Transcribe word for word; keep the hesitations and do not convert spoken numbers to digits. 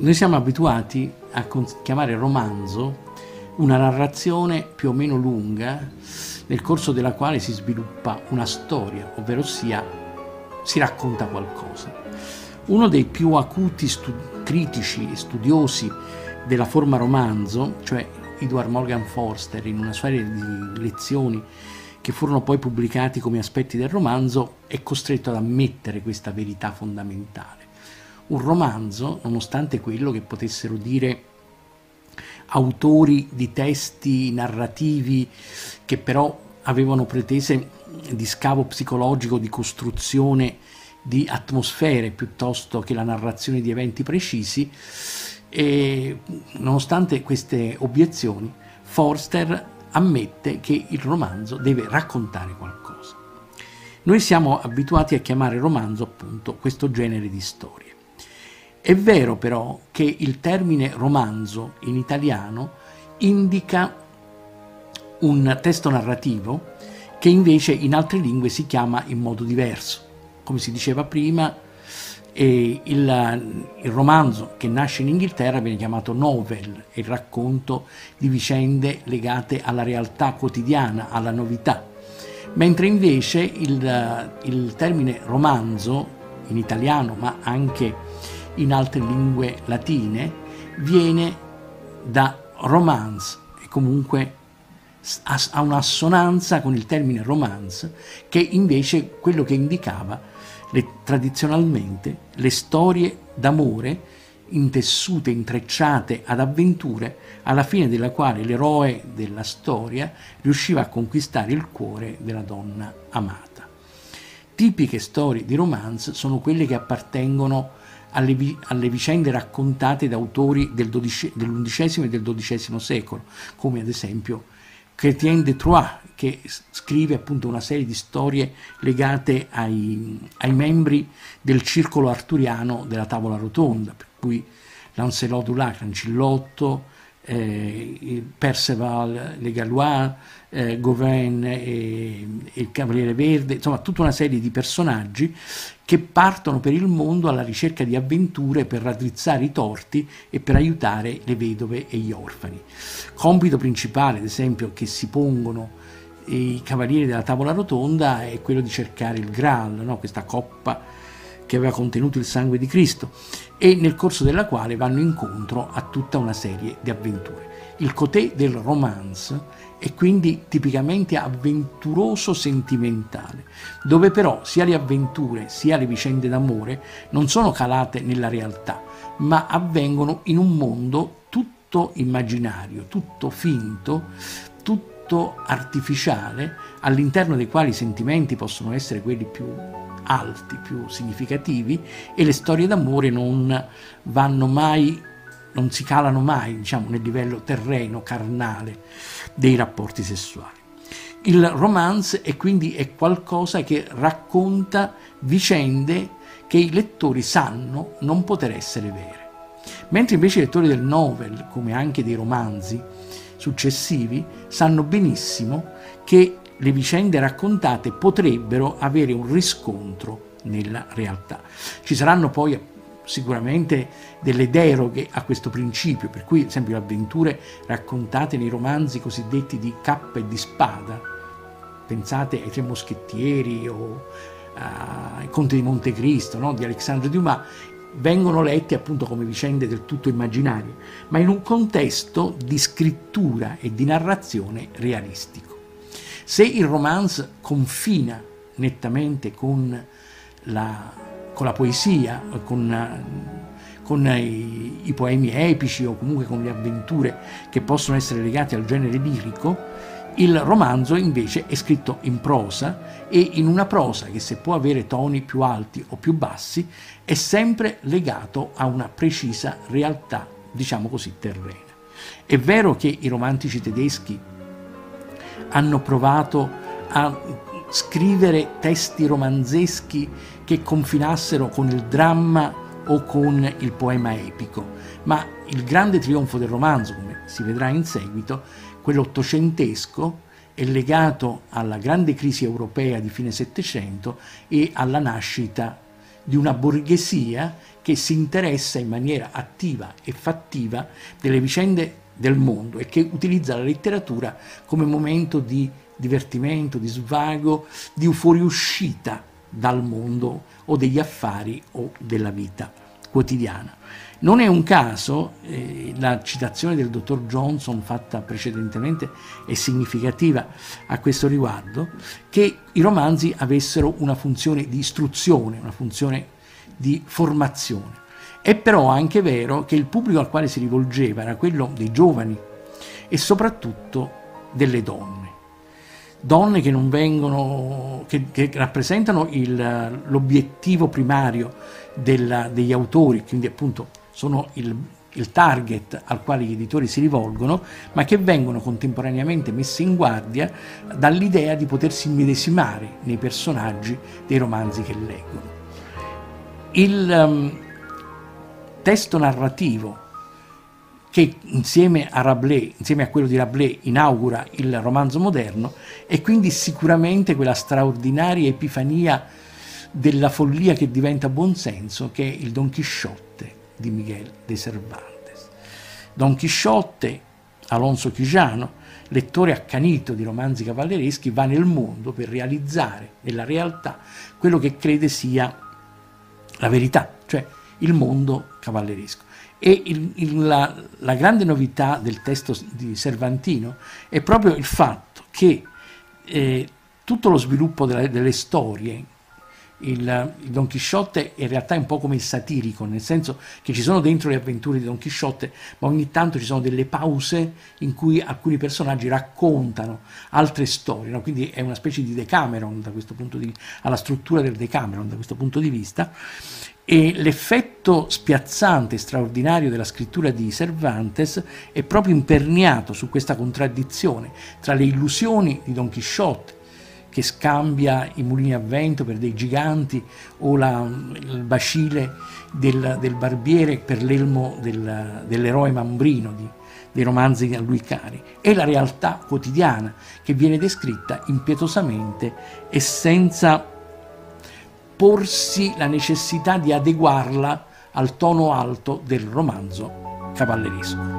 Noi siamo abituati a chiamare romanzo una narrazione più o meno lunga nel corso della quale si sviluppa una storia, ovvero sia si racconta qualcosa. Uno dei più acuti studi- critici e studiosi della forma romanzo, cioè Edward Morgan Forster, in una serie di lezioni che furono poi pubblicati come aspetti del romanzo, è costretto ad ammettere questa verità fondamentale. Un romanzo, nonostante quello che potessero dire autori di testi narrativi che però avevano pretese di scavo psicologico, di costruzione di atmosfere piuttosto che la narrazione di eventi precisi, e nonostante queste obiezioni, Forster ammette che il romanzo deve raccontare qualcosa. Noi siamo abituati a chiamare romanzo appunto questo genere di storie. È vero però che il termine romanzo in italiano indica un testo narrativo che invece in altre lingue si chiama in modo diverso. Come si diceva prima, eh, il, il romanzo che nasce in Inghilterra viene chiamato novel, è il racconto di vicende legate alla realtà quotidiana, alla novità, mentre invece il, il termine romanzo in italiano, ma anche in altre lingue latine, viene da romance e comunque ha un'assonanza con il termine romance, che invece è quello che indicava le, tradizionalmente le storie d'amore intessute, intrecciate ad avventure, alla fine della quale l'eroe della storia riusciva a conquistare il cuore della donna amata. Tipiche storie di romance sono quelle che appartengono alle, alle vicende raccontate da autori del dell'undicesimo e del dodicesimo secolo, come ad esempio Chrétien de Troyes, che scrive appunto una serie di storie legate ai, ai membri del circolo arturiano della tavola rotonda, per cui Lancelot du Lac, Lancillotto, eh, Perceval Le Gallois, eh, Gawain e, e il Cavaliere Verde, insomma tutta una serie di personaggi che partono per il mondo alla ricerca di avventure per raddrizzare i torti e per aiutare le vedove e gli orfani. Compito principale, ad esempio, che si pongono i cavalieri della tavola rotonda è quello di cercare il Graal, no? Questa coppa che aveva contenuto il sangue di Cristo, e nel corso della quale vanno incontro a tutta una serie di avventure. Il côté del romance è quindi tipicamente avventuroso sentimentale, dove però sia le avventure sia le vicende d'amore non sono calate nella realtà, ma avvengono in un mondo tutto immaginario, tutto finto, tutto artificiale, all'interno dei quali i sentimenti possono essere quelli più alti, più significativi, e le storie d'amore non vanno mai, non si calano mai, diciamo, nel livello terreno, carnale dei rapporti sessuali. Il romance è quindi è qualcosa che racconta vicende che i lettori sanno non poter essere vere, mentre invece i lettori del novel, come anche dei romanzi successivi, sanno benissimo che le vicende raccontate potrebbero avere un riscontro nella realtà. Ci saranno poi sicuramente delle deroghe a questo principio, per cui ad esempio le avventure raccontate nei romanzi cosiddetti di cappa e di spada, pensate ai Tre Moschettieri o ai Conte di Montecristo, no? Di Alexandre Dumas, vengono letti appunto come vicende del tutto immaginarie, ma in un contesto di scrittura e di narrazione realistico. Se il romance confina nettamente con la, con la poesia, con, con i, i poemi epici o comunque con le avventure che possono essere legate al genere lirico, il romanzo invece è scritto in prosa, e in una prosa che, se può avere toni più alti o più bassi, è sempre legato a una precisa realtà, diciamo così, terrena. È vero che i romantici tedeschi hanno provato a scrivere testi romanzeschi che confinassero con il dramma o con il poema epico, ma il grande trionfo del romanzo, come si vedrà in seguito, quello ottocentesco, è legato alla grande crisi europea di fine Settecento e alla nascita di una borghesia che si interessa in maniera attiva e fattiva delle vicende del mondo e che utilizza la letteratura come momento di divertimento, di svago, di fuoriuscita dal mondo o degli affari o della vita quotidiana. Non è un caso, eh, la citazione del dottor Johnson fatta precedentemente è significativa a questo riguardo, che i romanzi avessero una funzione di istruzione, una funzione di formazione. È però anche vero che il pubblico al quale si rivolgeva era quello dei giovani e soprattutto delle donne. Donne che non vengono, che, che rappresentano il, l'obiettivo primario della, degli autori, quindi appunto sono il, il target al quale gli editori si rivolgono, ma che vengono contemporaneamente messe in guardia dall'idea di potersi immedesimare nei personaggi dei romanzi che leggono. Il um, testo narrativo che insieme a Rabelais, insieme a quello di Rabelais, inaugura il romanzo moderno, è quindi sicuramente quella straordinaria epifania della follia che diventa buonsenso, che è il Don Chisciotte di Miguel de Cervantes. Don Chisciotte, Alonso Quijano, lettore accanito di romanzi cavallereschi, va nel mondo per realizzare nella realtà quello che crede sia la verità, cioè il mondo cavalleresco. E il, il, la, la grande novità del testo di Cervantino è proprio il fatto che eh, tutto lo sviluppo delle, delle storie, il, il Don Chisciotte in realtà è un po' come il satirico, nel senso che ci sono dentro le avventure di Don Chisciotte, ma ogni tanto ci sono delle pause in cui alcuni personaggi raccontano altre storie, no? Quindi è una specie di Decameron da questo punto di vista, alla struttura del Decameron da questo punto di vista. E l'effetto spiazzante e straordinario della scrittura di Cervantes è proprio imperniato su questa contraddizione tra le illusioni di Don Chisciotte, che scambia i mulini a vento per dei giganti, o la, il bacile del, del barbiere per l'elmo del, dell'eroe Mambrino di, dei romanzi a lui cari, e la realtà quotidiana che viene descritta impietosamente e senza porsi la necessità di adeguarla al tono alto del romanzo cavalleresco.